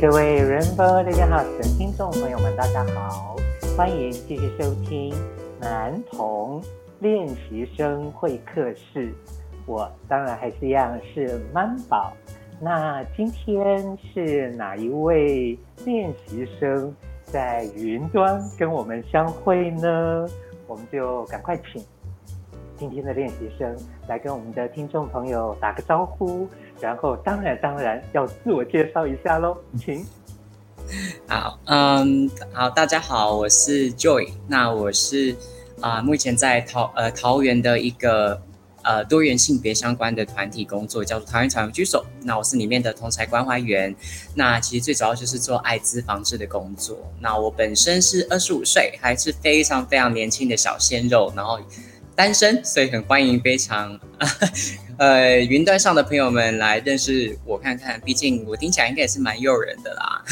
各位 Rainbow Daily House 的听众朋友们，大家好，欢迎继续收听男童练习生会客室。我当然还是一样是曼宝。那今天是哪一位练习生在云端跟我们相会呢？我们就赶快请今天的练习生来跟我们的听众朋友打个招呼，然后当然要自我介绍一下咯，请。 好，大家好，我是 Joy， 那我是目前在桃园的一个多元性别相关的团体工作，叫做桃园草原居所。那我是里面的同侪关怀员。那其实最主要就是做艾滋防治的工作。那我本身是25岁，还是非常非常年轻的小鲜肉，然后单身，所以很欢迎非常云端上的朋友们来认识我看看，毕竟我听起来应该也是蛮诱人的啦。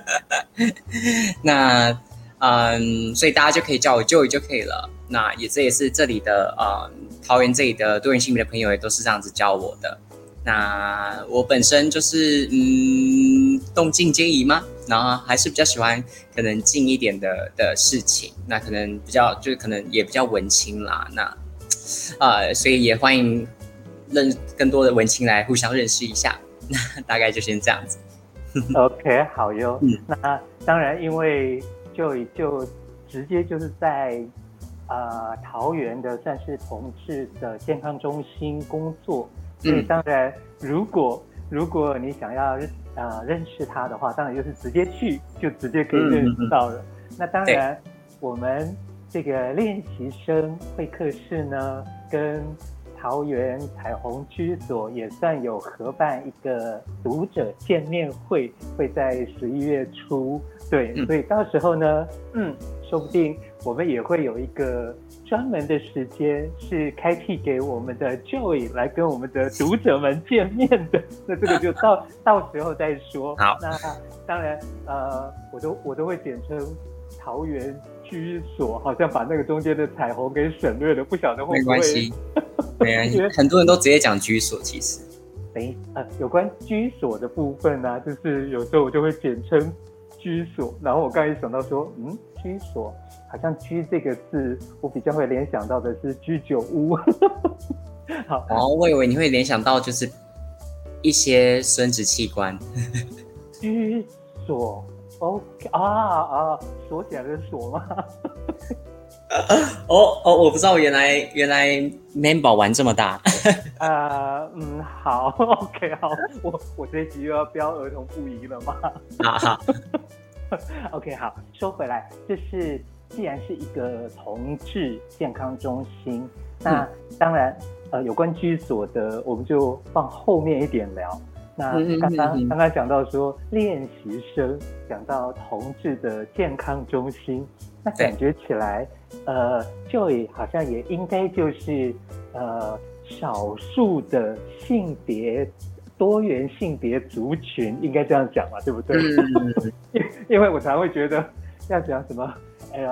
那所以大家就可以叫我 Joey 就可以了。那这也是这里的桃园这里的多元性别的朋友也都是这样子教我的。那我本身就是动静皆宜吗？然后还是比较喜欢可能静一点的事情，那可能比较就是可能也比较文青啦。那所以也欢迎更多的文青来互相认识一下。那大概就先这样子。 OK， 好哟。那当然，因为就直接就是在桃园的算是同志的健康中心工作，所以当然如果你想要认识他的话，当然就是直接去就直接可以认识到了。那当然我们这个练习生会客室呢，跟桃园彩虹居所也算有合办一个读者见面会，会在11月初。对，所以到时候呢，说不定我们也会有一个专门的时间是开辟给我们的 Joey 来跟我们的读者们见面的。那这个就到时候再说。 好，那当然我都会简称桃园居所，好像把那个中间的彩虹给省略了，不晓得会不会。 没关系，没关系，很多人都直接讲居所，其实。 有关居所的部分呢，就是有时候我就会简称居所，然后我刚才想到说，居所好像居这个字，我比较会联想到的是居酒屋。好， 我以为你会联想到就是一些生殖器官。 居所 ，OK 锁起来的锁吗？ 我不知道原来 Man 宝玩这么大。 好 ，OK， 好，我这一集又要标儿童不宜了吗？ 好 ，OK， 好，说回来，既然是一个同志健康中心，那当然有关居所的我们就放后面一点聊。那刚刚讲到说练习生，讲到同志的健康中心，那感觉起来Joey 好像也应该就是少数的性别多元性别族群，应该这样讲嘛，对不对？因为我常会觉得要讲什么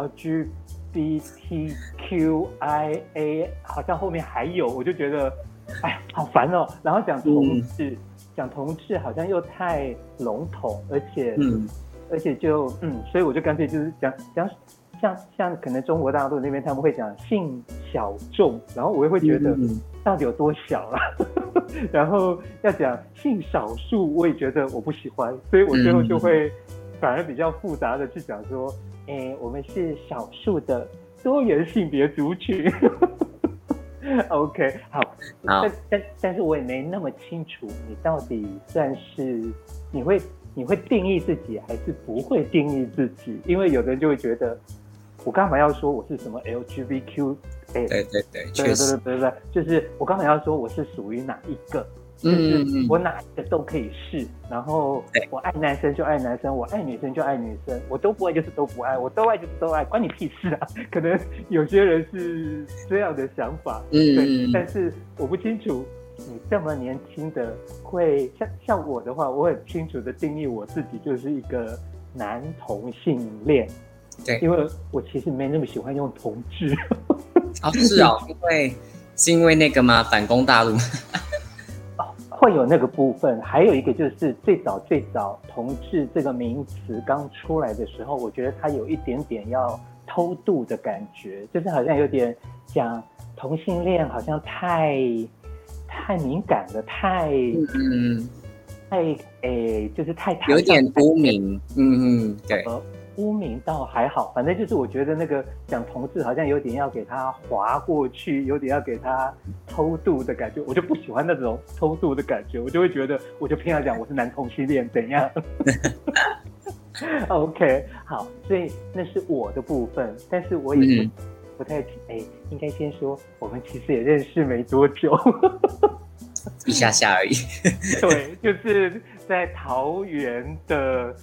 LGBTQIA， 好像后面还有，我就觉得好烦哦。然后讲同志好像又太笼统，而且就所以我就干脆就是讲像可能中国大陆那边他们会讲性小众，然后我也会觉得到底有多小啦。然后要讲性少数，我也觉得我不喜欢，所以我最后就会反而比较复杂的去讲说，我们是少数的多元性别族群。OK， 好，但是我也没那么清楚，你到底算是你会定义自己还是不会定义自己？因为有的人就会觉得，我干嘛要说我是什么 LGBTQ？ 对，就是我刚才要说我是属于哪一个，就是我哪一个都可以是，然后我爱男生就爱男生，我爱女生就爱女生，我都不爱就是都不爱，我都爱就是都爱，关你屁事啊！可能有些人是这样的想法，对，但是我不清楚你这么年轻的会像我的话，我很清楚的定义我自己就是一个男同性恋， 对， 因为我其实没那么喜欢用同志。 是因为那个吗？反攻大陆。 会有那个部分，还有一个就是最早同志这个名词刚出来的时候，我觉得它有一点点要偷渡的感觉，就是好像有点讲同性恋好像太敏感了，就是太有点污名，对。 污名倒还好，反正就是我觉得那个讲同志好像有点要给他划过去，有点要给他偷渡的感觉，我就不喜欢那种偷渡的感觉，我就会觉得我就偏要讲我是男同性恋怎样。OK， 好，所以那是我的部分，但是我也不太应该先说我们其实也认识没多久。 一下下而已。 对，就是在桃园的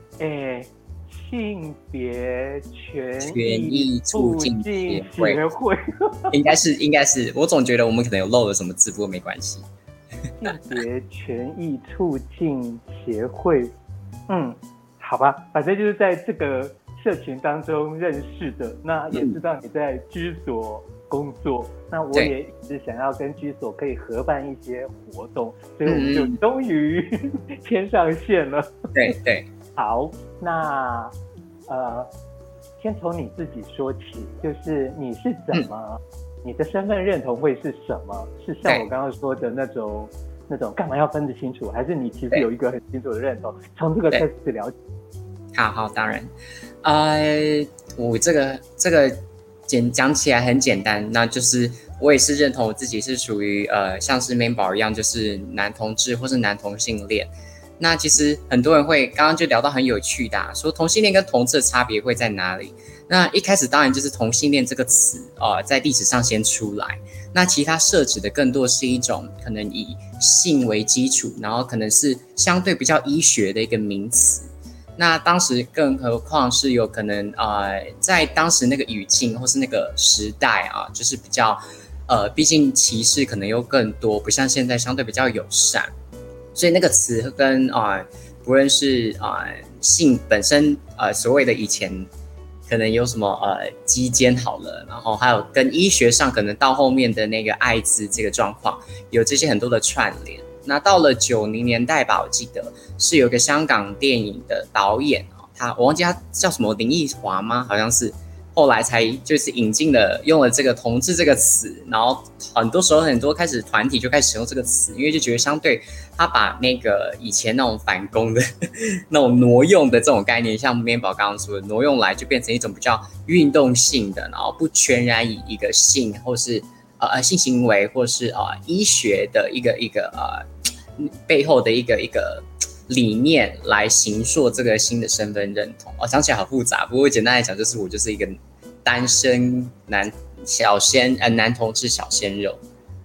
性别权益促进协会。 应该是，我总觉得我们可能有漏了什么字，不过没关系。 性别权益促进协会，好吧，反正就是在这个社群当中认识的，那也知道你在居所工作，那我也一直想要跟居所可以合办一些活动，所以我们就终于牵上线了。 对。 好，那先从你自己说起，就是你是怎么，你的身份认同会是什么？是像我刚刚说的那种干嘛要分得清楚，还是你其实有一个很清楚的认同？从这个开始了解。 好，当然，我这个讲起来很简单，那就是我也是认同我自己是属于像是 Man 宝一样，就是男同志或是男同性恋。那其实很多人会刚刚就聊到很有趣的说同性恋跟同志的差别会在哪里？那一开始当然就是同性恋这个词在历史上先出来，那其他涉指的更多是一种可能以性为基础，然后可能是相对比较医学的一个名词。那当时更何况是有可能在当时那个语境或是那个时代就是比较毕竟歧视可能又更多，不像现在相对比较友善。所以那个词跟不论是性本身所谓的以前可能有什么基奸好了，然后还有跟医学上可能到后面的那个艾滋这个状况有这些很多的串联。那到了90年代吧，我记得是有个香港电影的导演我忘记他叫什么，林奕华吗？好像是。后来才就是用了这个同志这个词，然后很多时候很多开始团体就开始使用这个词，因为就觉得相对他把那个以前那种反攻的那种挪用的这种概念，像面宝刚刚说的挪用来，就变成一种比较运动性的，然后不全然以一个性或是性行为或是医学的一个背后的一个理念来形塑这个新的身份认同。讲起来好复杂，不过简单来讲，就是我就是一个单身男同志小鲜肉。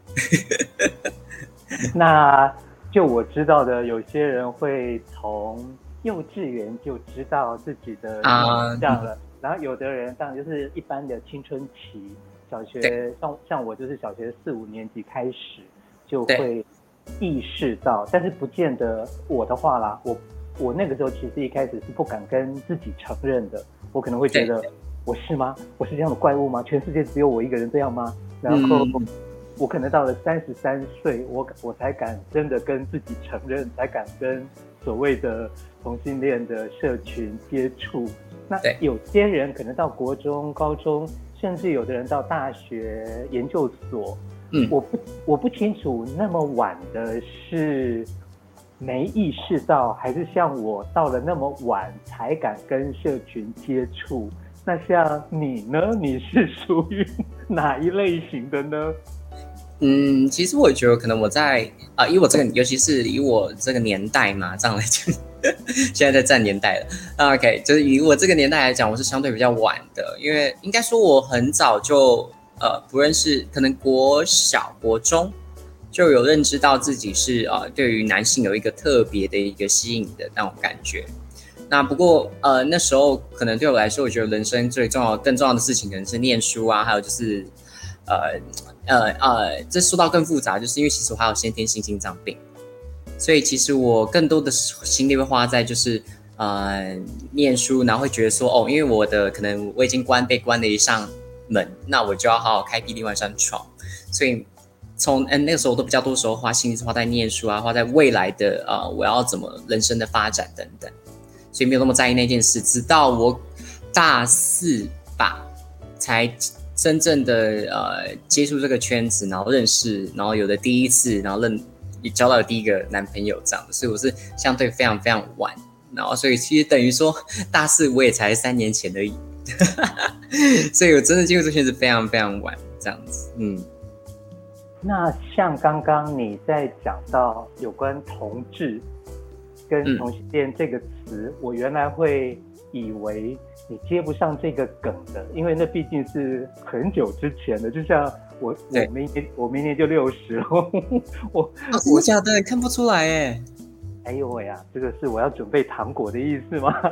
那就我知道的，有些人会从幼稚园就知道自己的形象了，然后有的人当然就是一般的青春期，小学像我就是小学4、5年级开始就会意识到，但是不见得我的话啦，我那个时候其实一开始是不敢跟自己承认的，我可能会觉得我是吗？我是这样的怪物吗？全世界只有我一个人这样吗？然后我可能到了33岁，我才敢真的跟自己承认，才敢跟所谓的同性恋的社群接触。那有些人可能到国中、高中，甚至有的人到大学、研究所。我不清楚那么晚的是没意识到，还是像我到了那么晚才敢跟社群接触。那像你呢？你是属于哪一类型的呢？ 其实我觉得可能我在以我这个，尤其是以我这个年代嘛，这样来讲，现在在占年代了。OK， 就是以我这个年代来讲，我是相对比较晚的，因为应该说我很早就。不认识，可能国小、国中就有认知到自己是对于男性有一个特别的一个吸引的那种感觉。那不过那时候可能对我来说，我觉得人生更重要的事情可能是念书啊，还有就是这说到更复杂，就是因为其实我还有先天性心脏病，所以其实我更多的心力会花在就是念书，然后会觉得说因为我的可能我已经被关了一扇门，那我就要好好开辟另外一扇窗。所以从那个时候我都比较多时候花心思花在念书啊，花在未来的我要怎么人生的发展等等，所以没有那么在意那件事。直到我大4吧，才真正的接触这个圈子，然后认识，然后有了第一次，然后也交到了第一个男朋友这样的，所以我是相对非常非常晚，然后所以其实等于说大4我也才3年前而已，所以我真的进入这个圈子非常非常晚这样子。 那像刚刚你在讲到有关同志跟同性恋这个词，我原来会以为你接不上这个梗的，因为那毕竟是很久之前的，就像我明年就60了， 真的假的？看不出来耶。 哎呦喂啊，这个是我要准备糖果的意思吗？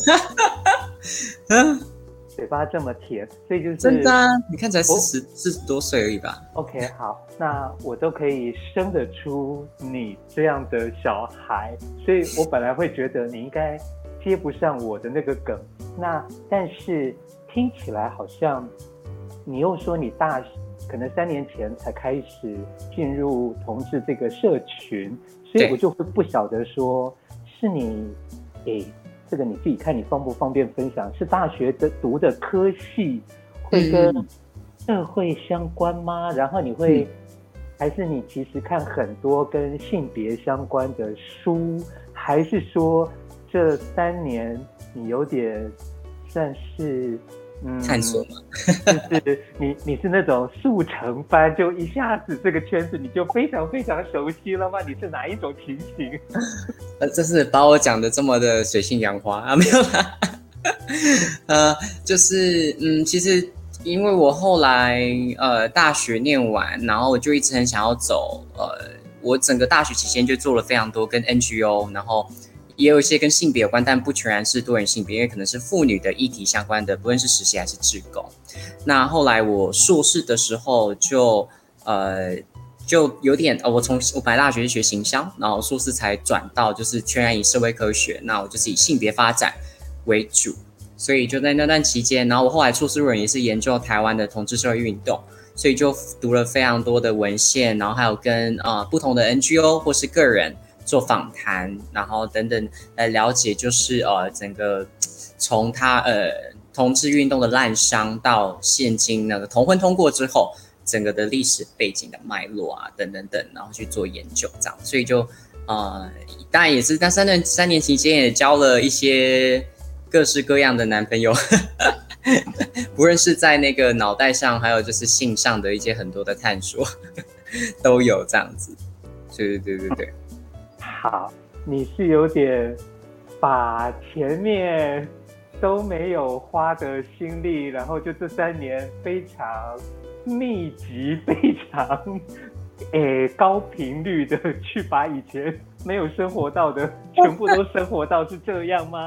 嘴巴这么甜，所以就是真的啊，你看起来40多岁而已吧。 OK， 好，那我都可以生得出你这样的小孩，所以我本来会觉得你应该接不上我的那个梗。那但是听起来好像你又说你可能3年前才开始进入同志这个社群，所以我就会不晓得说是你这个你自己看你方不方便分享，是大学读的科系会跟社会相关吗？然后你会还是你其实看很多跟性别相关的书，还是说这3年你有点算是探索嘛？ 就是你是那种速成班，就一下子这个圈子你就非常非常熟悉了吗？你是哪一种情形？ 这是把我讲的这么的水性杨花啊？没有啦，就是其实因为我后来大学念完，然后我就一直很想要走我整个大学期间就做了非常多跟 NGO， 然后也有一些跟性别有关，但不全然是多元性别，因为可能是妇女的议题相关的，不论是实习还是志工。那后来我硕士的时候就有点我本来大学是学行销，然后硕士才转到就是全然以社会科学，那我就是以性别发展为主，所以就在那段期间，然后我后来硕士论文也是研究台湾的同志社会运动，所以就读了非常多的文献，然后还有跟不同的 NGO 或是个人做访谈，然后等等来了解，就是整个从他同志运动的滥觞到现今那个同婚通过之后，整个的历史背景的脉络啊等等等，然后去做研究这样，所以就当然也是在3年期间也交了一些各式各样的男朋友，不论是在那个脑袋上，还有就是性上的一些很多的探索都有这样子。对。 好，你是有点把前面都没有花的心力，然后就这3年非常密集、非常高频率的去把以前没有生活到的全部都生活到，是这样吗？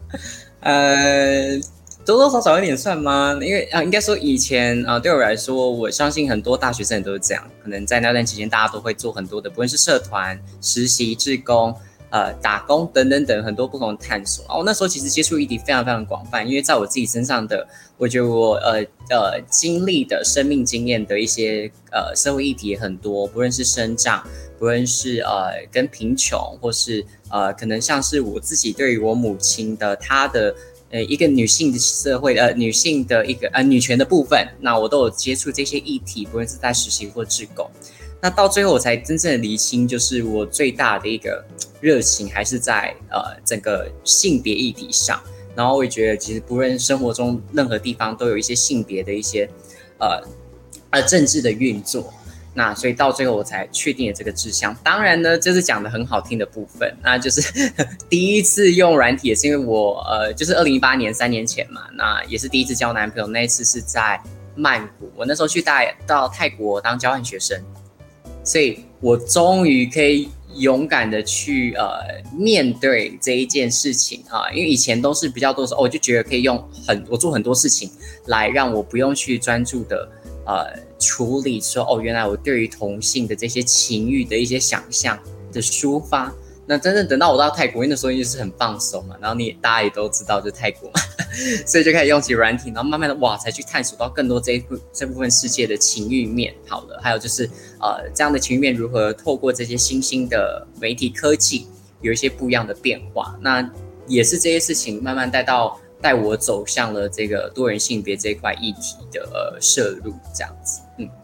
多多少少有点算吗？因为应该说以前对我来说，我相信很多大学生也都是这样，可能在那段期间，大家都会做很多的，不论是社团、实习、志工、打工等等等很多不同的探索。我那时候其实接触议题非常非常广泛，因为在我自己身上的，我觉得我经历的生命经验的一些社会议题也很多，不论是生长，不论是跟贫穷，或是可能像是我自己对于我母亲的她的一个女性的社会女性的一个女权的部分，那我都有接触这些议题，不论是在实习或志工。那到最后我才真正的厘清，就是我最大的一个热情还是在整个性别议题上。然后我也觉得，其实不论生活中任何地方都有一些性别的一些政治的运作。那所以到最后我才确定了这个志向。当然呢，这是讲的很好听的部分，那就是第一次用软体也是因为我就是2018年3年前嘛，那也是第一次交男朋友，那一次是在曼谷，我那时候去到泰国当交换学生，所以我终于可以勇敢的去面对这一件事情啊，因为以前都是比较多时候我就觉得可以用我做很多事情来让我不用去专注的处理说原来我对于同性的这些情欲的一些想象的抒发， 那真正等到我到泰国，因为那时候也是很放松嘛，然后大家也都知道，就泰国嘛，所以就开始用起软体，然后慢慢的哇，才去探索到更多这部分世界的情欲面。好了，还有就是这样的情欲面如何透过这些新兴的媒体科技有一些不一样的变化。那也是这些事情慢慢带我走向了这个多元性别这一块议题的摄入，这样子。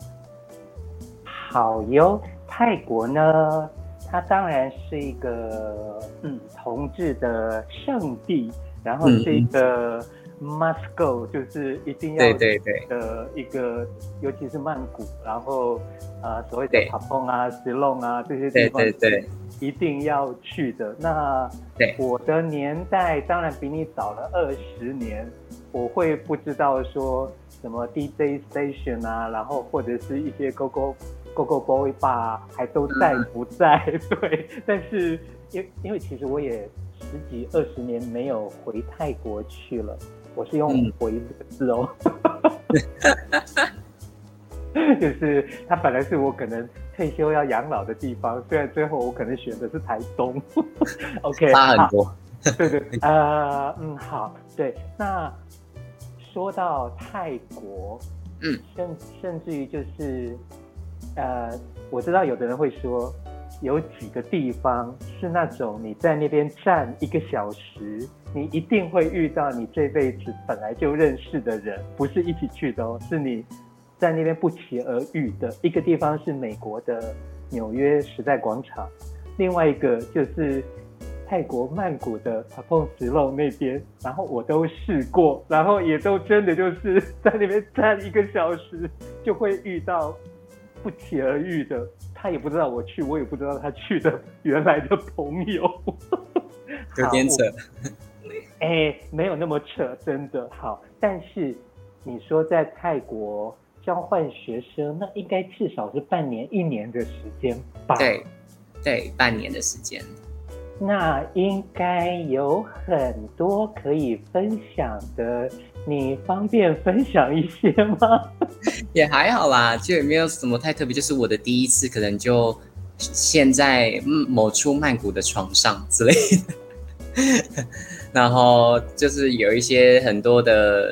好哟，泰国呢？它当然是一个同志的圣地，然后是一个 must go， 就是一定要的一个，尤其是曼谷，然后所谓的帕蓬啊、石龙啊这些地方，对，一定要去的。那我的年代当然比你早了20年，我会不知道说什么 DJ station 啊，然后或者是一些 Go Boy Bar 还都在不在？对，但是因为其实我也10几20年没有回泰国去了，我是用“回”这个字哦，就是它本来是我可能退休要养老的地方，虽然最后我可能选的是台东。OK， 差很多。 对，好，对，那说到泰国，甚至于就是。我知道有的人会说，有几个地方是那种你在那边站1个小时，你一定会遇到你这辈子本来就认识的人，不是一起去的哦，是你在那边不期而遇的。一个地方是美国的纽约时代广场，另外一个就是泰国曼谷的帕蓬石漏那边，然后我都试过，然后也都真的就是在那边站1个小时就会遇到不期而遇的，他也不知道我去，我也不知道他去的原来的朋友。 有点扯。 没有那么扯，真的好。但是你说在泰国交换学生，那应该至少是半年、1年的时间吧？ 对，半年的时间。 那应该有很多可以分享的，你方便分享一些吗？ 也还好啦，就也没有什么太特别，就是我的第一次可能就陷在某处曼谷的床上之类的，然后就是有一些很多的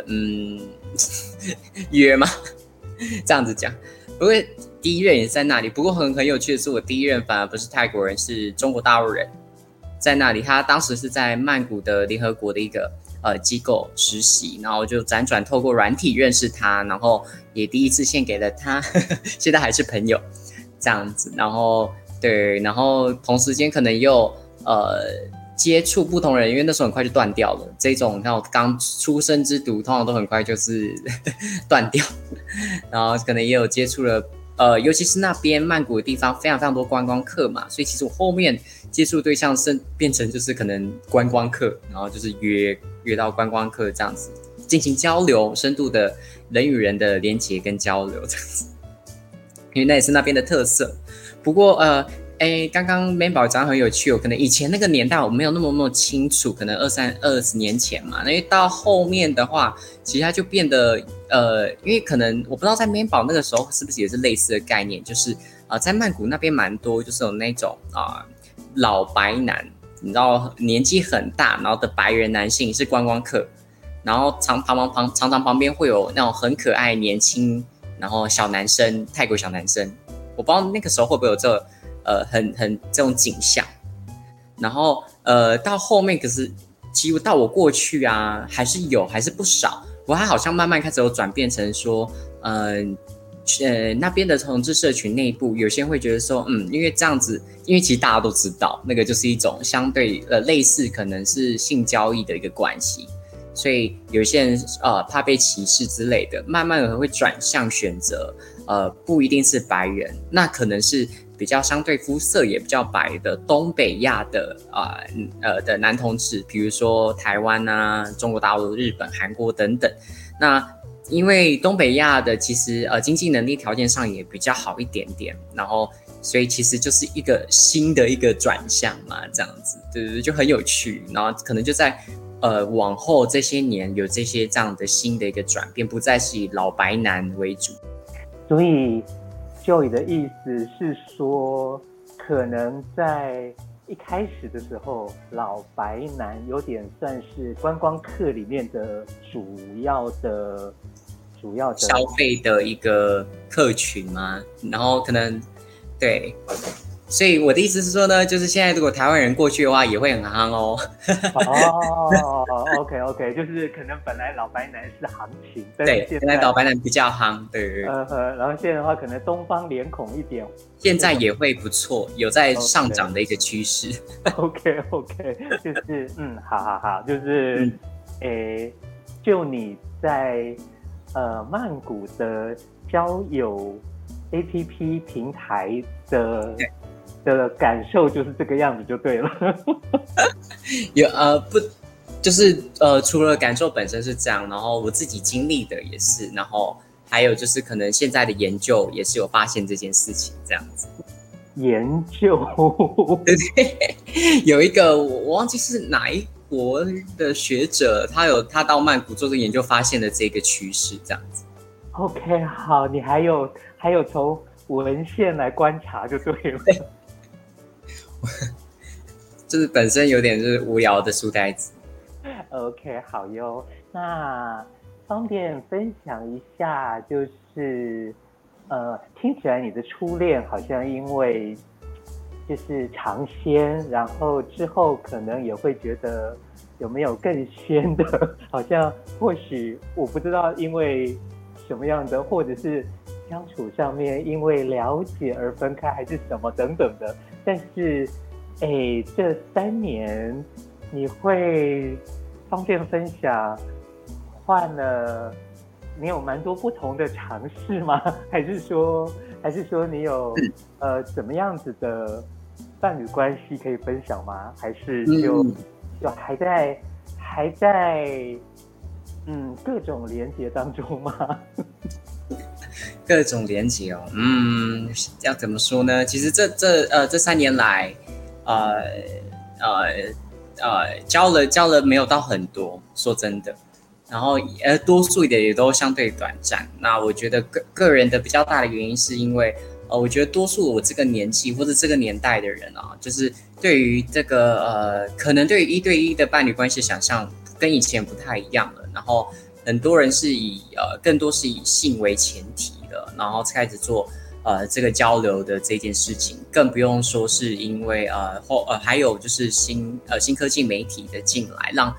约嘛，这样子讲。不过第一任也是在那里，不过很有趣的是，我第一任反而不是泰国人，是中国大陆人。在那里，他当时是在曼谷的联合国的一个机构实习，然后就辗转透过软体认识他，然后也第一次献给了他，现在还是朋友这样子。然后然后同时间可能又接触不同人，因为那时候很快就断掉了。这种像我刚出生之犊，通常都很快就是断掉，然后可能也有接触了。尤其是那边曼谷的地方非常非常多观光客嘛，所以其实我后面接触对象是变成就是可能观光客，然后就是约到观光客这样子进行交流，深度的人与人的连结跟交流这样子，因为那也是那边的特色。不过刚刚 Man 宝讲很有趣哦，可能以前那个年代我没有那么清楚，可能20年前嘛，因为到后面的话，其实它就变得因为可能我不知道在 Man 宝那个时候是不是也是类似的概念，就是在曼谷那边蛮多，就是有那种老白男，你知道年纪很大，然后的白人男性是观光客，然后常常旁边会有那种很可爱年轻，然后小男生，泰国小男生，我不知道那个时候会不会有很这种景象，然后到后面可是几乎到我过去啊，还是不少，不过它好像慢慢开始有转变成说，那边的同志社群内部，有些人会觉得说，因为这样子，因为其实大家都知道，那个就是一种相对类似可能是性交易的一个关系，所以有些人怕被歧视之类的，慢慢的会转向选择不一定是白人，那可能是比较相对肤色也比较白的东北亚的的男同志，比如说台湾啊、中国大陆、日本、韩国等等。那因为东北亚的其实经济能力条件上也比较好一点点，然后所以其实就是一个新的一个转向嘛，这样子，对，就很有趣。然后可能就在往后这些年有这些这样的新的一个转变，不再是以老白男为主。 所以Joey的意思是说，可能在一开始的时候，老白男有点算是观光客里面的主要的消费的一个客群嘛，然后可能对。所以我的意思是说呢，就是现在如果台湾人过去的话，也会很夯哦。 OK， 就是可能本来老白男是行情，但对， 现在老白男比较夯，对。 然后现在的话，可能东方脸孔一点， 现在也会不错，有在上涨的一个趋势。 OK， 就是好，就是就你在曼谷的交友 APP 平台的感受就是这个样子就对了。 有不就是除了感受本身是这样，然后我自己经历的也是，然后还有就是可能现在的研究也是有发现这件事情这样子。 研究对，有一个我忘记是哪一国的学者，他到曼谷做这个研究，发现了这个趋势这样子。 OK， 好，你还有从文献来观察就对了。 就是本身有点就是无聊的书呆子。 OK， 好哟。那方便分享一下，就是听起来你的初恋好像因为就是尝鲜，然后之后可能也会觉得有没有更鲜的，好像或许我不知道因为什么样的，或者是相处上面因为了解而分开，还是什么等等的。但是这3年你会方便分享换了你有蛮多不同的尝试吗？还是说你有怎么样子的伴侣关系可以分享吗？还是就还在各种连结当中吗？ 各种连结哦，要怎么说呢？其实这3年来，交了没有到很多，说真的，然后多数的也都相对短暂。那我觉得个人的比较大的原因是因为，我觉得多数我这个年纪或者这个年代的人啊，就是对于这个可能对于1对1的伴侣关系想象跟以前不太一样了，然后很多人是更多是以性为前提的，然后开始做这个交流的这件事情，更不用说是因为还有就是新科技媒体的进来，让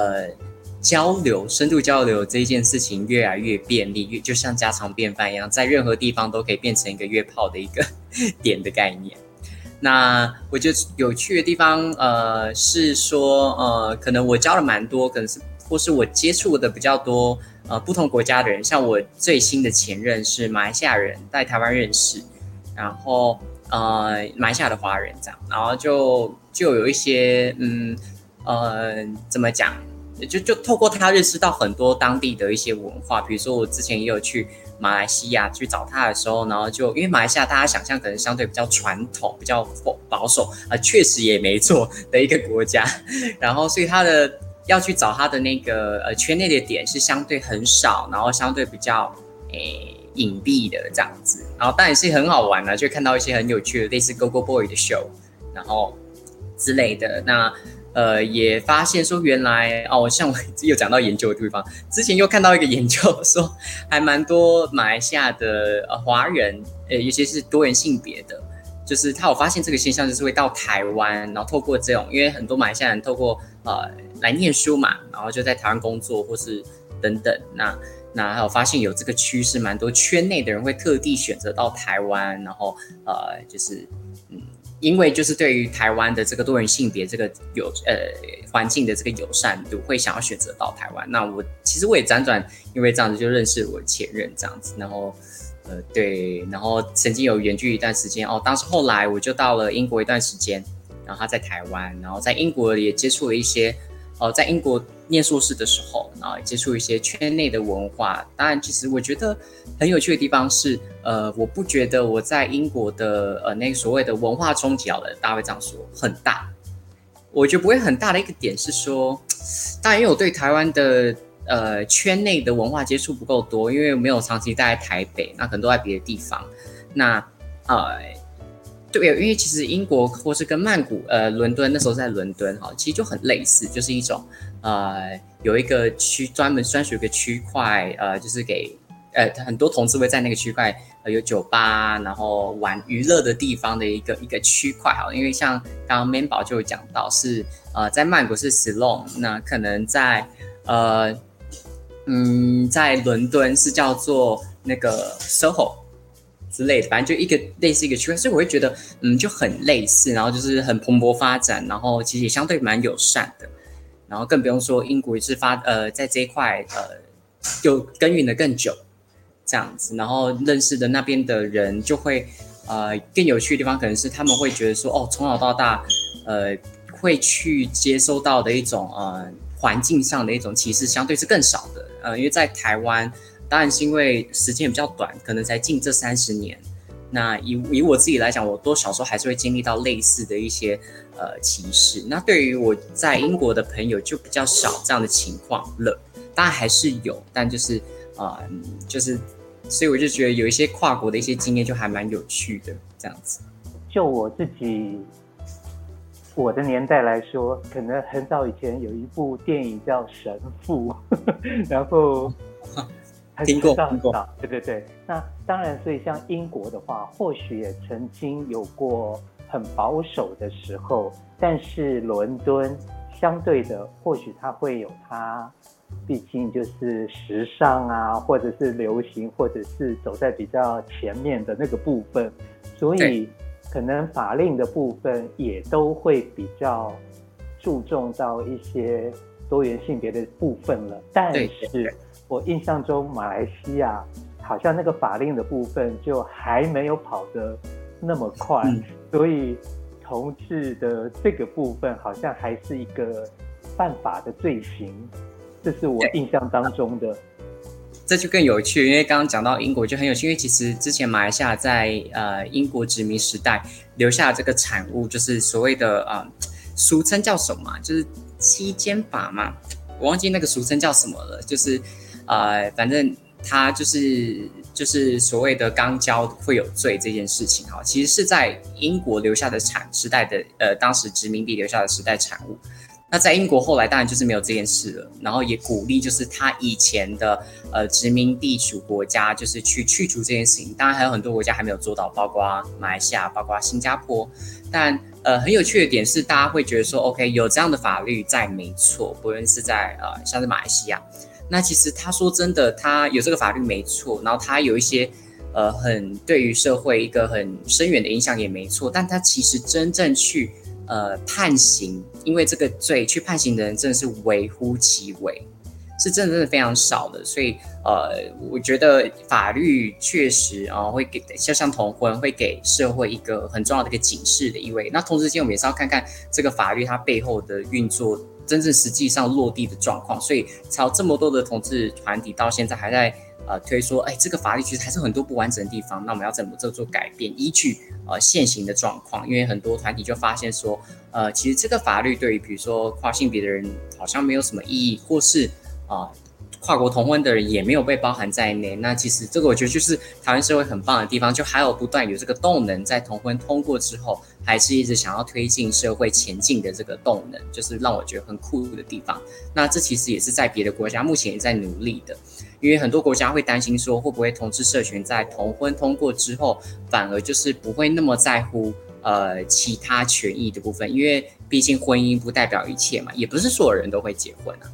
深度交流这件事情越来越便利，就像家常便饭一样，在任何地方都可以变成一个约炮的一个点的概念。那我觉得有趣的地方是说可能我交了蛮多，可能是或是我接触的比较多不同国家的人，像我最新的前任是马来西亚人，在台湾认识，然后马来西亚的华人这样，然后就有一些怎么讲，就透过他认识到很多当地的一些文化，比如说我之前也有去马来西亚去找他的时候，然后就因为马来西亚大家想象可能相对比较传统、比较保守确实也没错的一个国家，然后所以他的要去找他的那个圈内的点是相对很少，然后相对比较隐蔽的这样子，然后当然是很好玩就看到一些很有趣的类似 Go Boy 的 show， 然后之类的。那也发现说原来像我有讲到研究的地方，之前又看到一个研究说，还蛮多马来西亚的华人，尤其是多元性别的，就是他有发现这个现象，就是会到台湾，然后透过这种，因为很多马来西亚人透过来念书嘛，然后就在台湾工作或是等等，那还有发现有这个趋势，蛮多圈内的人会特地选择到台湾，然后就是因为就是对于台湾的这个多元性别这个环境的这个友善度，会想要选择到台湾。那其实我也辗转因为这样子就认识我前任这样子，然后对，然后曾经有远距一段时间当时后来我就到了英国一段时间，然后他在台湾，然后在英国也接触了一些在英国念硕士的时候，然后也接触一些圈内的文化。当然，其实我觉得很有趣的地方是，我不觉得我在英国的那个所谓的文化冲击大家会这样说很大。我觉得不会很大的一个点是说，当然因为我对台湾的圈内的文化接触不够多，因为没有长期待在台北，那可能都在别的地方。那对，因为其实英国或是跟曼谷、伦敦那时候在伦敦哈，其实就很类似，就是一种有一个专属一个区块，就是给很多同志会在那个区块有酒吧，然后玩娱乐的地方的一个区块哈。因为像刚刚 Man 宝就有讲到是在曼谷是 Ceylon， 那可能在在伦敦是叫做那个 SOHO。之类的，反正就一个类似一个区块，所以我会觉得，就很类似，然后就是很蓬勃发展，然后其实也相对蛮友善的，然后更不用说英国也是在这一块就耕耘的更久，这样子，然后认识的那边的人就会更有趣的地方，可能是他们会觉得说，从小到大会去接收到的一种环境上的一种歧视，相对是更少的，因为在台湾。当然是因为时间比较短，可能才近这30年。那以我自己来讲，我多少时候还是会经历到类似的一些歧视。那对于我在英国的朋友就比较少这样的情况了，当然还是有，但就是所以我就觉得有一些跨国的一些经验就还蛮有趣的这样子。 就我的年代来说，可能很早以前有一部电影叫《神父》，然后。 听过， 对。那当然，所以像英国的话，或许也曾经有过很保守的时候，但是伦敦相对的，或许它会有它，毕竟就是时尚啊，或者是流行，或者是走在比较前面的那个部分，所以可能法令的部分也都会比较注重到一些多元性别的部分了，但是。我印象中，马来西亚好像那个法令的部分就还没有跑得那么快，所以同志的这个部分好像还是一个犯法的罪行，这是我印象当中的。 这就更有趣，因为刚刚讲到英国就很有趣，因为其实之前马来西亚在英国殖民时代留下这个产物，就是所谓的俗称叫什么，就是七奸法嘛，我忘记那个俗称叫什么了，就是。反正他就是所谓的肛交会有罪这件事情哈，其实是在英国留下的时代的当时殖民地留下的时代产物。那在英国后来当然就是没有这件事了，然后也鼓励就是他以前的殖民地属国家就是去除这件事情。当然还有很多国家还没有做到，包括马来西亚，包括新加坡。但很有趣的点是，大家会觉得说 ，OK 有这样的法律在没错，不论是在像是马来西亚。那其实他说真的，他有这个法律没错，然后他有一些很对于社会一个很深远的影响也没错，但他其实真正去判刑，因为这个罪去判刑的人真的是微乎其微，是真的非常少的。所以我觉得法律确实会给像同婚会给社会一个很重要的一个警示的意味。那同时间我们也是要看看这个法律它背后的运作。真正实际上落地的状况，所以才有这么多的同志团体到现在还在推说，这个法律其实还是很多不完整的地方，那我们要怎么做改变？依据现行的状况，因为很多团体就发现说，其实这个法律对于比如说跨性别的人好像没有什么意义，或是跨国同婚的人也没有被包含在内。那其实这个我觉得就是台湾社会很棒的地方，就还有不断有这个动能，在同婚通过之后，还是一直想要推进社会前进的这个动能，就是让我觉得很酷的地方。那这其实也是在别的国家目前也在努力的，因为很多国家会担心说，会不会同志社群在同婚通过之后，反而就是不会那么在乎其他权益的部分，因为毕竟婚姻不代表一切嘛，也不是所有人都会结婚啊。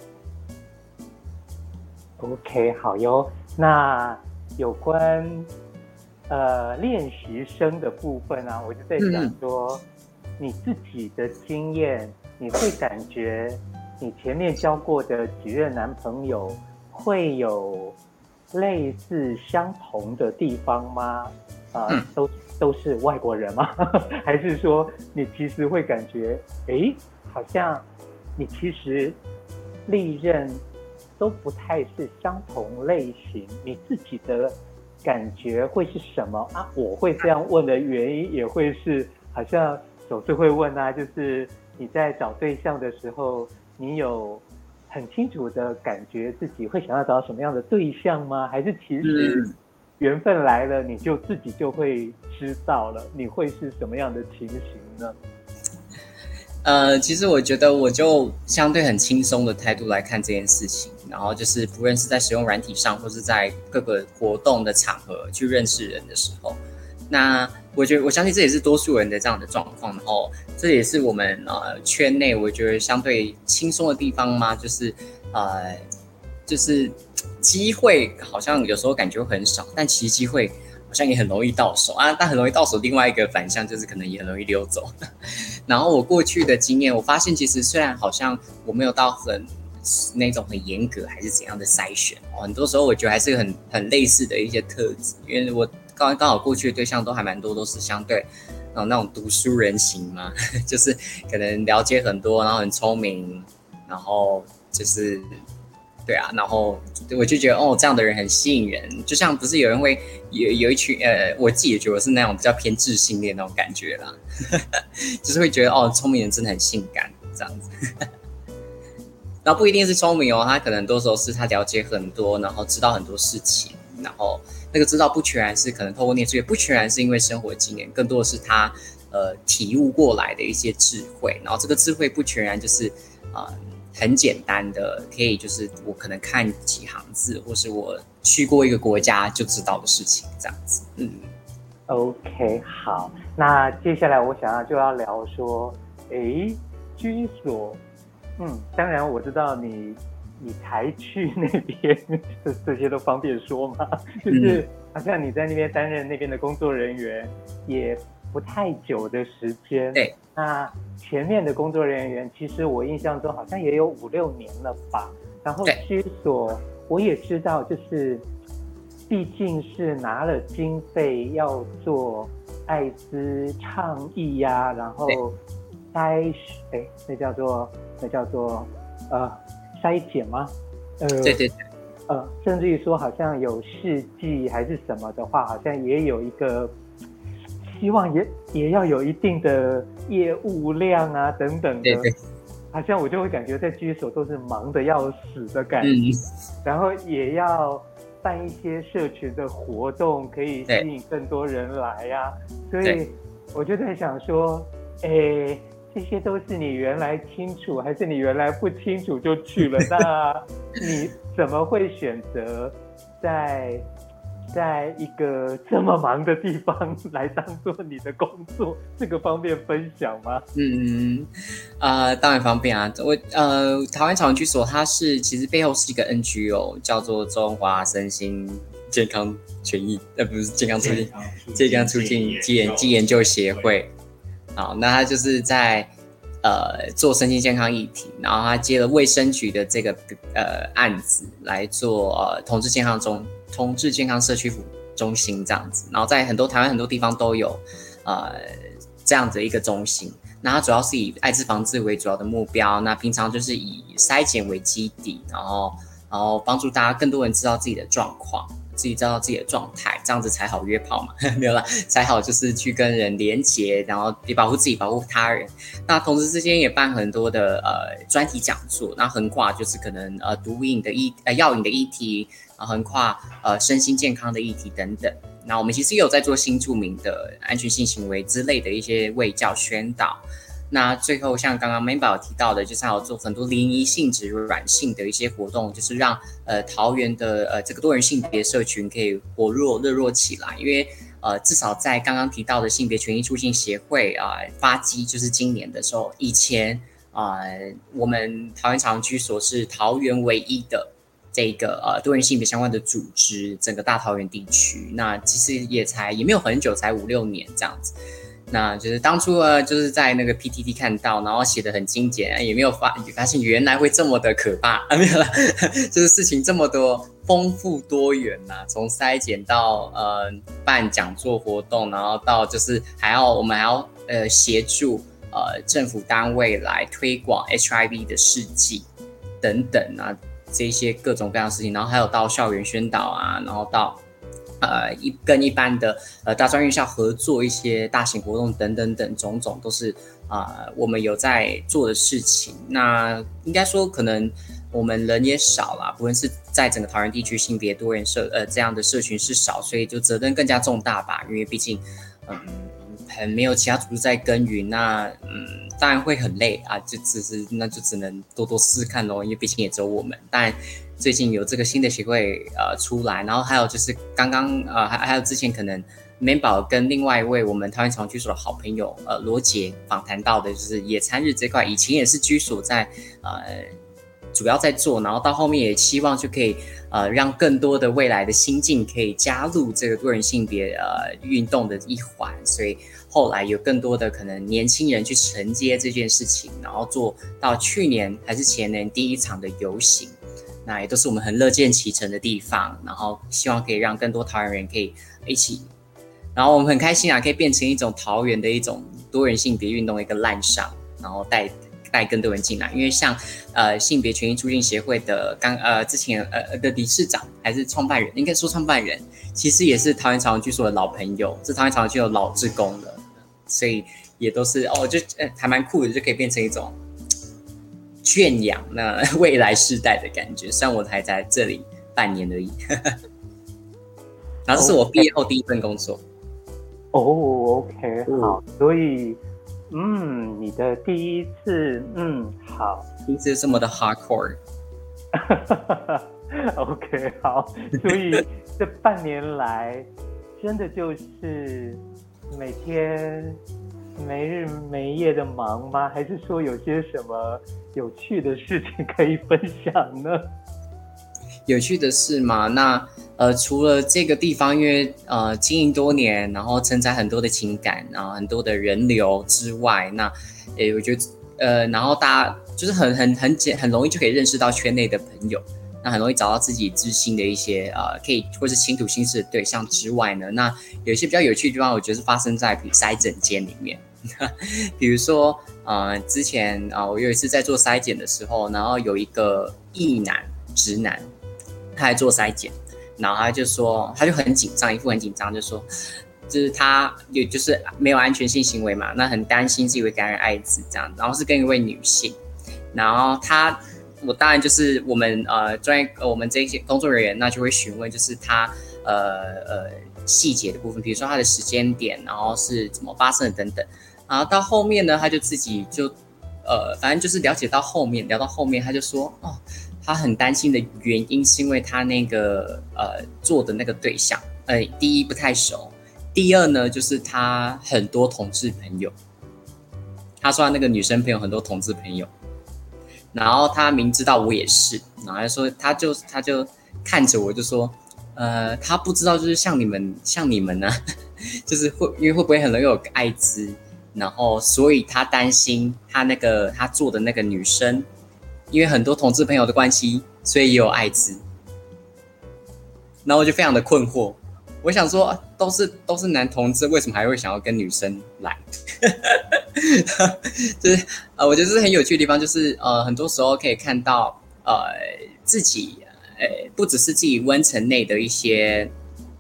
OK， 好哟。那有关练习生的部分啊，我就在想说，你自己的经验，你会感觉你前面交过的几任男朋友会有类似相同的地方吗？都是外国人吗？还是说你其实会感觉，好像你其实历任都不太是相同类型，你自己的感觉会是什么啊？我会这样问的原因也会是，好像总是会问啊，就是你在找对象的时候，你有很清楚的感觉自己会想要找什么样的对象吗？还是其实缘分来了，你就自己就会知道了，你会是什么样的情形呢？ 其实我觉得我就相对很轻松的态度来看这件事情，然后就是不论是在使用软体上，或是在各个活动的场合去认识人的时候，那我相信这也是多数人的这样的状况，然后这也是我们圈内我觉得相对轻松的地方嘛，就是机会好像有时候感觉很少，但其实机会好像也很容易到手啊，但很容易到手，另外一个反向就是可能也很容易溜走。然后我过去的经验，我发现其实虽然好像我没有到那种很严格还是怎样的筛选，很多时候我觉得还是很类似的一些特质，因为我刚好过去的对象都还蛮多，都是相对那种读书人型嘛，就是可能了解很多，然后很聪明，然后就是对啊，然后我就觉得这样的人很吸引人，就像不是有人会有一群我自己也觉得我是那种比较偏智性恋那种感觉啦，就是会觉得聪明人真的很性感这样子。然后不一定是聪明他可能很多时候是他了解很多，然后知道很多事情，然后那个知道不全然是可能透过念书，也不全然是因为生活经验，更多的是他体悟过来的一些智慧，然后这个智慧不全然就是很简单的，可以就是我可能看几行字，或是我去过一个国家就知道的事情，这样子。 OK， 好，那接下来我想要就要聊说，居所，当然我知道你才去那边，这些都方便说吗？就是好像你在那边担任那边的工作人员，也不太久的时间。 对。 那前面的工作人员，其实我印象中好像也有5-6年了吧。然后居所我也知道，就是毕竟是拿了经费要做艾滋倡议呀，然后那叫做筛检吗？ 对。 甚至于说好像有试剂还是什么的话，好像也有一个希望也要有一定的业务量啊等等的。 对。 好像我就会感觉在居所都是忙得要死的感觉，然后也要办一些社群的活动，可以吸引更多人来啊。所以我就在想说，这些都是你原来清楚，还是你原来不清楚就去了？那你怎么会选择在一个这么忙的地方来当做你的工作？这个方便分享吗？ 当然方便啊。台湾草原居所它其实背后是一个 NGO， 叫做中华身心健康权益，不是健康促进暨研究协会。好，那他就是在做身心健康议题，然后他接了卫生局的这个案子来做同志健康社区服中心这样子，然后在台湾很多地方都有这样的一个中心。那它主要是以艾滋防治为主要的目标，那平常就是以筛检为基底，然后帮助大家更多人知道自己的状况，自己知道自己的状态，这样子才好约炮嘛，没有啦，才好就是去跟人连结，然后也保护自己，保护他人。那同时之间也办很多的专题讲座，那横跨就是可能毒瘾的药瘾的议题，横跨身心健康的议题等等。那我们其实也有在做新住民的安全性行为之类的一些卫教宣导。那最后像刚刚 Mamba 有提到的，就是还有做很多联谊性质软性的一些活动，就是让桃园的这个多元性别社群可以热络起来。因为至少在刚刚提到的性别权益促进协会发迹，就是今年的时候，以前我们桃园草原居所是桃园唯一的这个多元性别相关的组织，整个大桃园地区。那其实也没有很久，才5-6年这样子。那就是当初就是在那个 PTT 看到，然后写得很精简，也没有发现原来会这么的可怕没有啦，就是事情这么多，丰富多元呐，从筛检到办讲座活动，然后到就是我们还要协助政府单位来推广 HIV 的试剂等等啊，这些各种各样的事情，然后还有到校园宣导啊，然后到跟一般的大专院校合作一些大型活动等等等种种，都是我们有在做的事情。那应该说可能我们人也少啦，不论是在整个桃园地区性别多元这样的社群是少，所以就责任更加重大吧。因为毕竟很没有其他组织在耕耘，那当然会很累啊，那就只能多多试试看咯，因为毕竟也只有我们。但最近有这个新的协会出来，然后还有就是刚刚还有之前可能美宝跟另外一位我们桃园长居所的好朋友罗杰访谈到的，就是野餐日这块，以前也是居所在主要在做，然后到后面也希望就可以让更多的未来的新进可以加入这个多元性别运动的一环，所以后来有更多的可能年轻人去承接这件事情，然后做到去年还是前年第一场的游行，那也都是我们很乐见其成的地方，然后希望可以让更多桃园人可以一起，然后我们很开心可以变成一种桃园的一种多元性别运动的一个滥觞，然后带更多人进来。因为像性别权益促进协会的之前的理事长还是创办人，应该说创办人其实也是桃园长荣居所的老朋友，是桃园长荣居所的老志工了，所以也都是就还蛮酷的，就可以变成一种圈养那未来世代的感觉。虽然我还在这里半年而已然后这是我毕业后第一份工作。 OK， 好，所以你的第一次，好， 第一次这么的 hardcore OK， 好，所以这半年来真的就是每天没日没夜的忙吗？还是说有些什么有趣的事情可以分享呢？ 有趣的事吗？那除了这个地方，因为经营多年，然后承载很多的情感，然后很多的人流之外，那我觉得然后大家就是很容易就可以认识到圈内的朋友，那很容易找到自己知心的一些可以或是倾吐心事的对象之外呢，那有一些比较有趣的地方，我觉得是发生在筛诊间里面。比如说之前我有一次在做筛检的时候，然后有一个直男。他来做筛检，然后他就说，他就很紧张，一副很紧张，就说，就是他就是没有安全性行为嘛，那很担心自己会感染艾滋这样，然后是跟一位女性，然后我当然就是我们我们这些工作人员，那就会询问就是他细节的部分，比如说他的时间点，然后是怎么发生的等等，然后到后面呢，他就自己就反正就是聊到后面，他就说他很担心的原因是因为他那个做的那个对象，第一不太熟，第二呢就是他很多同志朋友，他说他那个女生朋友很多同志朋友，然后他明知道我也是，然后他说他就看着我就说，他不知道就是像你们呢，就是因为会不会很容易有艾滋，然后所以他担心他做的那个女生。因为很多同志朋友的关系，所以也有艾滋，然后我就非常的困惑。我想说，都是男同志，为什么还会想要跟女生来？就是我觉得这是很有趣的地方，就是很多时候可以看到自己不只是自己温层内的一些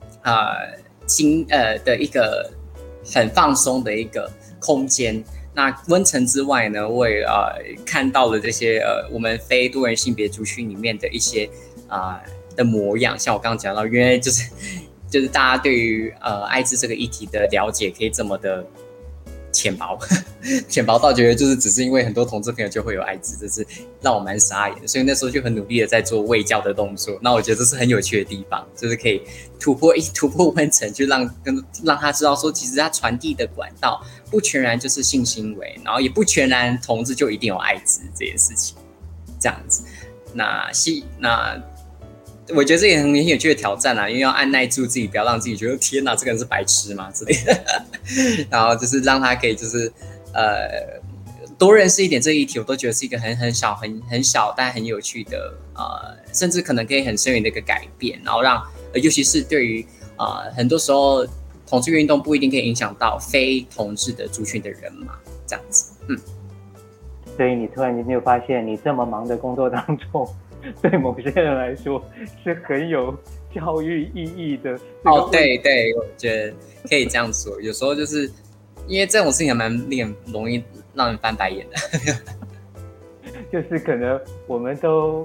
的一个很放松的一个空间。那温层之外呢，我也看到了这些我们非多元性别族群里面的一些的模样，像我刚刚讲到，因为就是大家对于艾滋这个议题的了解可以这么的浅薄到觉得就是只是因为很多同志朋友就会有艾滋，这是让我蛮傻眼的，所以那时候就很努力的在做卫教的动作。那我觉得这是很有趣的地方，就是可以突破温层，去让他知道说，其实他传递的管道不全然就是性行为，然后也不全然同志就一定有艾滋这件事情，这样子。那我觉得这也很有趣的挑战因为要按耐住自己，不要让自己觉得天哪，这个人是白痴吗之类的。然后就是让他可以就是多认识一点这个议题，我都觉得是一个很小但很有趣的甚至可能可以很深远的一个改变，然后让尤其是对于很多时候同志运动不一定可以影响到非同志的族群的人嘛，这样子。 所以你突然间就发现，你这么忙的工作当中，对某些人来说是很有教育意义的。 对，我觉得可以这样说。有时候就是因为这种事情还蛮容易让人翻白眼的。 就是可能我们都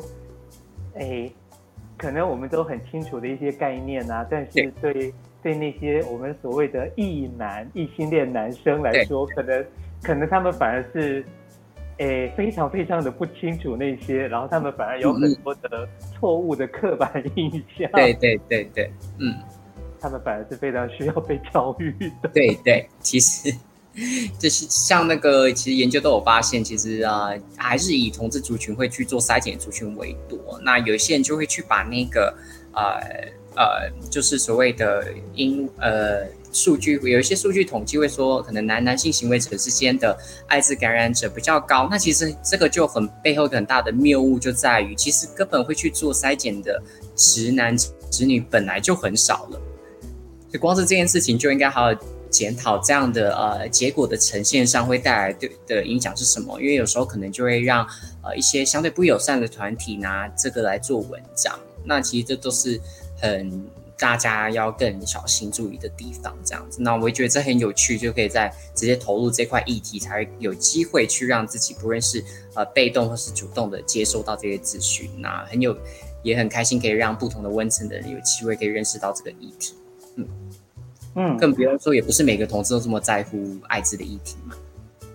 可能我们都很清楚的一些概念啊，但是对那些我们所谓的异性恋男生来说，可能他们反而是非常非常的不清楚那些，然后他们反而有很多的错误的刻板印象。 对， 他们反而是非常需要被教育的。 对，其实就是像那个，其实研究都有发现，其实还是以同志族群会去做筛检族群为多。那有些人就会去把那个就是所谓的数据，有一些数据统计会说，可能男性行为者之间的艾滋感染者比较高。那其实这个就背后很大的谬误就在于，其实根本会去做筛检的直男直女本来就很少了。所以光是这件事情就应该好好检讨这样的结果的呈现上会带来的影响是什么？因为有时候可能就会让一些相对不友善的团体拿这个来做文章。那其实这都是大家要更小心注意的地方，这样子。那我也觉得这很有趣，就可以在直接投入这块议题，才会有机会去让自己不论是被动或是主动的接收到这些资讯。那也很开心可以让不同的温层的人有机会可以认识到这个议题。更不用说，也不是每个同志都这么在乎艾滋的议题嘛。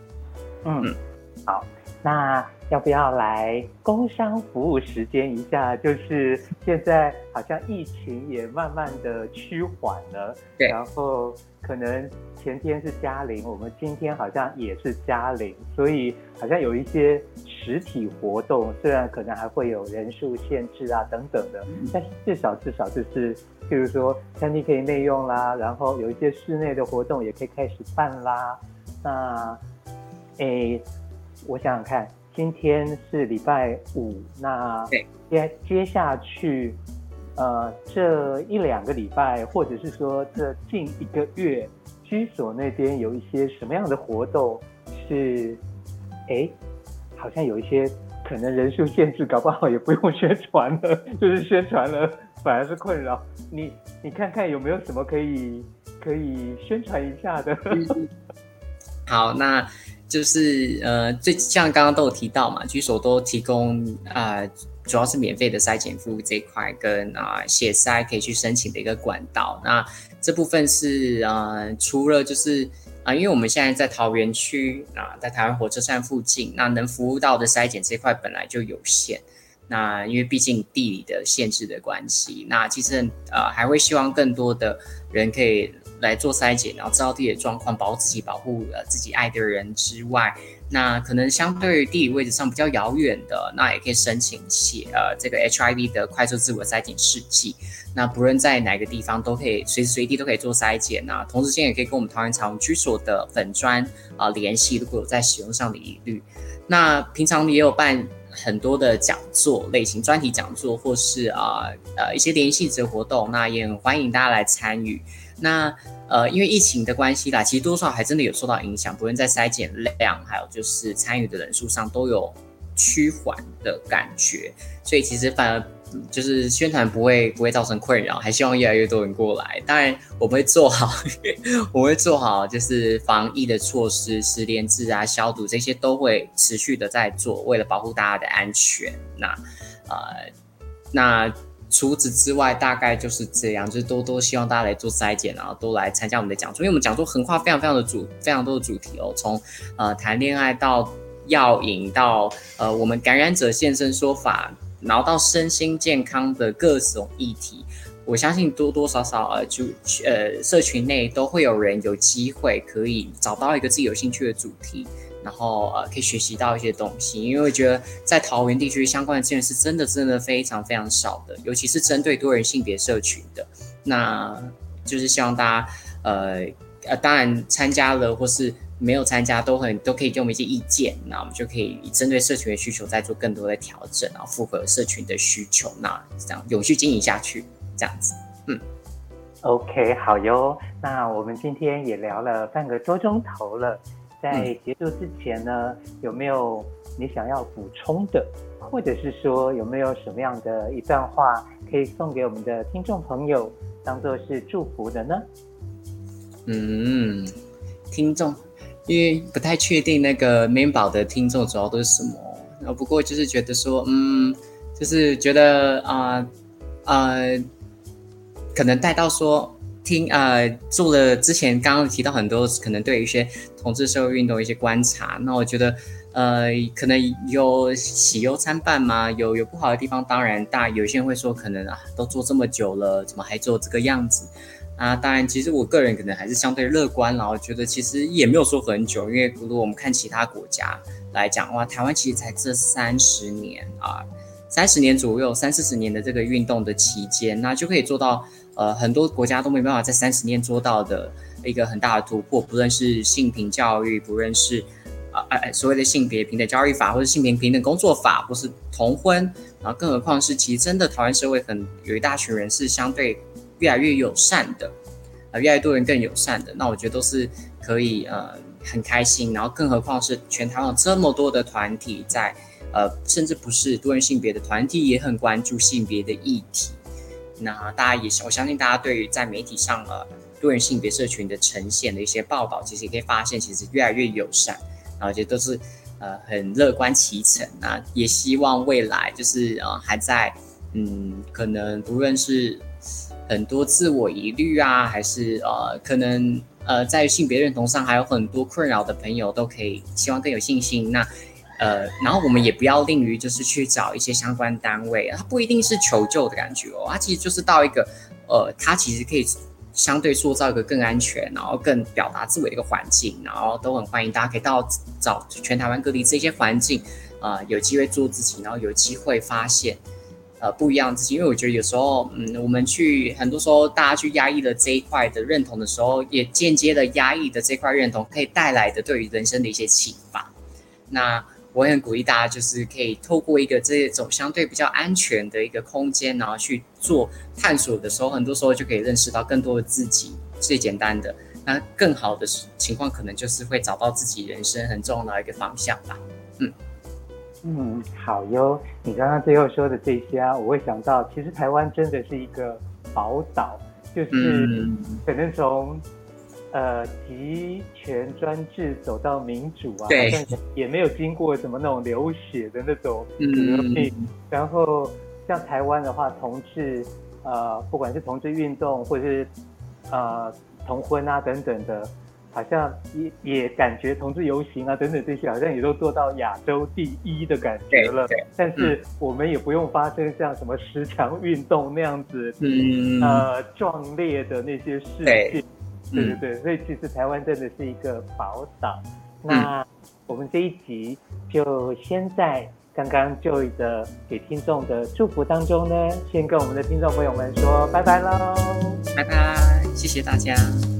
好，那要不要来工商服务时间一下？就是现在好像疫情也慢慢的趋缓了， 对， 然后可能前天是+0，我们今天好像也是+0，所以好像有一些实体活动，虽然可能还会有人数限制啊等等的，但是至少就是，譬如说餐厅可以内用啦，然后有一些室内的活动也可以开始办啦。那我想想看，今天是礼拜5，那接下去这1-2个礼拜，或者是说这近1个月，居所那边有一些什么样的活动是好像有一些可能人数限制，搞不好也不用宣传了，就是宣传了反而是困扰。你看看有没有什么可以宣传一下的？ 好，那就是像刚刚都有提到嘛，居所都提供主要是免费的筛检服务这一块，跟血筛可以去申请的一个管道。那这部分是除了就是因为我们现在在桃园区在台湾火车站附近，那能服务到的筛检这块本来就有限。那因为毕竟地理的限制的关系，那其实还会希望更多的人可以来做筛检，然后知道自己的状况，保护自己，保护自己爱的人之外，那可能相对于地理位置上比较遥远的，那也可以申请这个 HIV 的快速自我筛检试剂。那不论在哪个地方都可以随时随地都可以做筛检，同时间也可以跟我们桃园彩虹居所的粉专联系，如果有在使用上的疑虑。那平常也有办很多的讲座类型，专题讲座或是一些联系者活动，那也很欢迎大家来参与。那因为疫情的关系啦，其实多少还真的有受到影响，不论在筛检量还有就是参与的人数上都有趋缓的感觉，所以其实反而就是宣传不会造成困扰，还希望越来越多人过来。当然我们会做好就是防疫的措施，实联制消毒这些都会持续的在做，为了保护大家的安全。那除此之外大概就是这样，就是多希望大家来做筛检，然后都来参加我们的讲座，因为我们讲座横跨非常多的主题哦，从谈恋爱到药瘾到我们感染者现身说法，然后到身心健康的各种议题，我相信多多少少社群内都会有人有机会可以找到一个自己有兴趣的主题，然后可以学习到一些东西。因为我觉得在桃园地区相关的资源是真的非常非常少的，尤其是针对多元性别社群的。那就是希望大家当然参加了或是没有参加都可以给我们一些意见，那我们就可以针对社群的需求再做更多的调整，然后符合社群的需求，那这样永续经营下去，这样子。 OK， 好哟。那我们今天也聊了半个多钟头了，在结束之前呢，有没有你想要补充的，或者是说有没有什么样的一段话可以送给我们的听众朋友，当作是祝福的呢？听众。因为不太确定那个 Mainbow 的听众主要都是什么不过就是觉得说，就是觉得可能带到说做了之前刚刚提到很多可能对于一些同志社会运动的一些观察，那我觉得可能有喜忧参半嘛，有不好的地方，当然有些人会说可能都做这么久了，怎么还做这个样子当然其实我个人可能还是相对乐观啦，我觉得其实也没有说很久，因为如果我们看其他国家来讲的话，台湾其实才这30年30年左右，30-40年的这个运动的期间，那就可以做到很多国家都没办法在30年做到的一个很大的突破，不论是性平教育，不论是所谓的性别平等教育法，或是性别平等工作法，或是同婚，然后更何况是其实真的台湾社会有一大群人是相对越来越友善的，越来越多人更友善的，那我觉得都是可以很开心，然后更何况是全台湾有这么多的团体在甚至不是多元性别的团体也很关注性别的议题，那大家我相信大家对于在媒体上多元性别社群的呈现的一些报道，其实也可以发现其实越来越友善，然后我觉得都是很乐观其成，那也希望未来就是还在可能不论是很多自我疑虑还是可能在性别认同上还有很多困扰的朋友，都可以希望更有信心。那然后我们也不要吝于就是去找一些相关单位，它不一定是求救的感觉它其实就是到一个它其实可以相对塑造一个更安全，然后更表达自我的一个环境，然后都很欢迎大家可以找全台湾各地这些环境有机会做自己，然后有机会发现不一样的自己。因为我觉得有时候我们很多时候大家去压抑了这一块的认同的时候，也间接的压抑的这块认同可以带来的对于人生的一些启发。那我也很鼓励大家就是可以透过一个这种相对比较安全的一个空间，然后去做探索的时候，很多时候就可以认识到更多的自己。最简单的那更好的情况可能就是会找到自己人生很重要的一个方向吧。 好哟，你刚刚最后说的这些我会想到其实台湾真的是一个宝岛，就是可能从集权专制走到民主好像也没有经过什么那种流血的那种革命，然后像台湾的话，同志不管是同志运动或者是同婚等等的，好像也感觉同志游行等等这些好像也都做到亚洲第一的感觉了，但是我们也不用发生像什么10强运动那样子壮烈的那些事件。对，所以其实台湾真的是一个宝岛。那我们这一集就先在刚刚 Joy 的给听众的祝福当中呢，先跟我们的听众朋友们说拜拜喽， 拜拜，谢谢大家。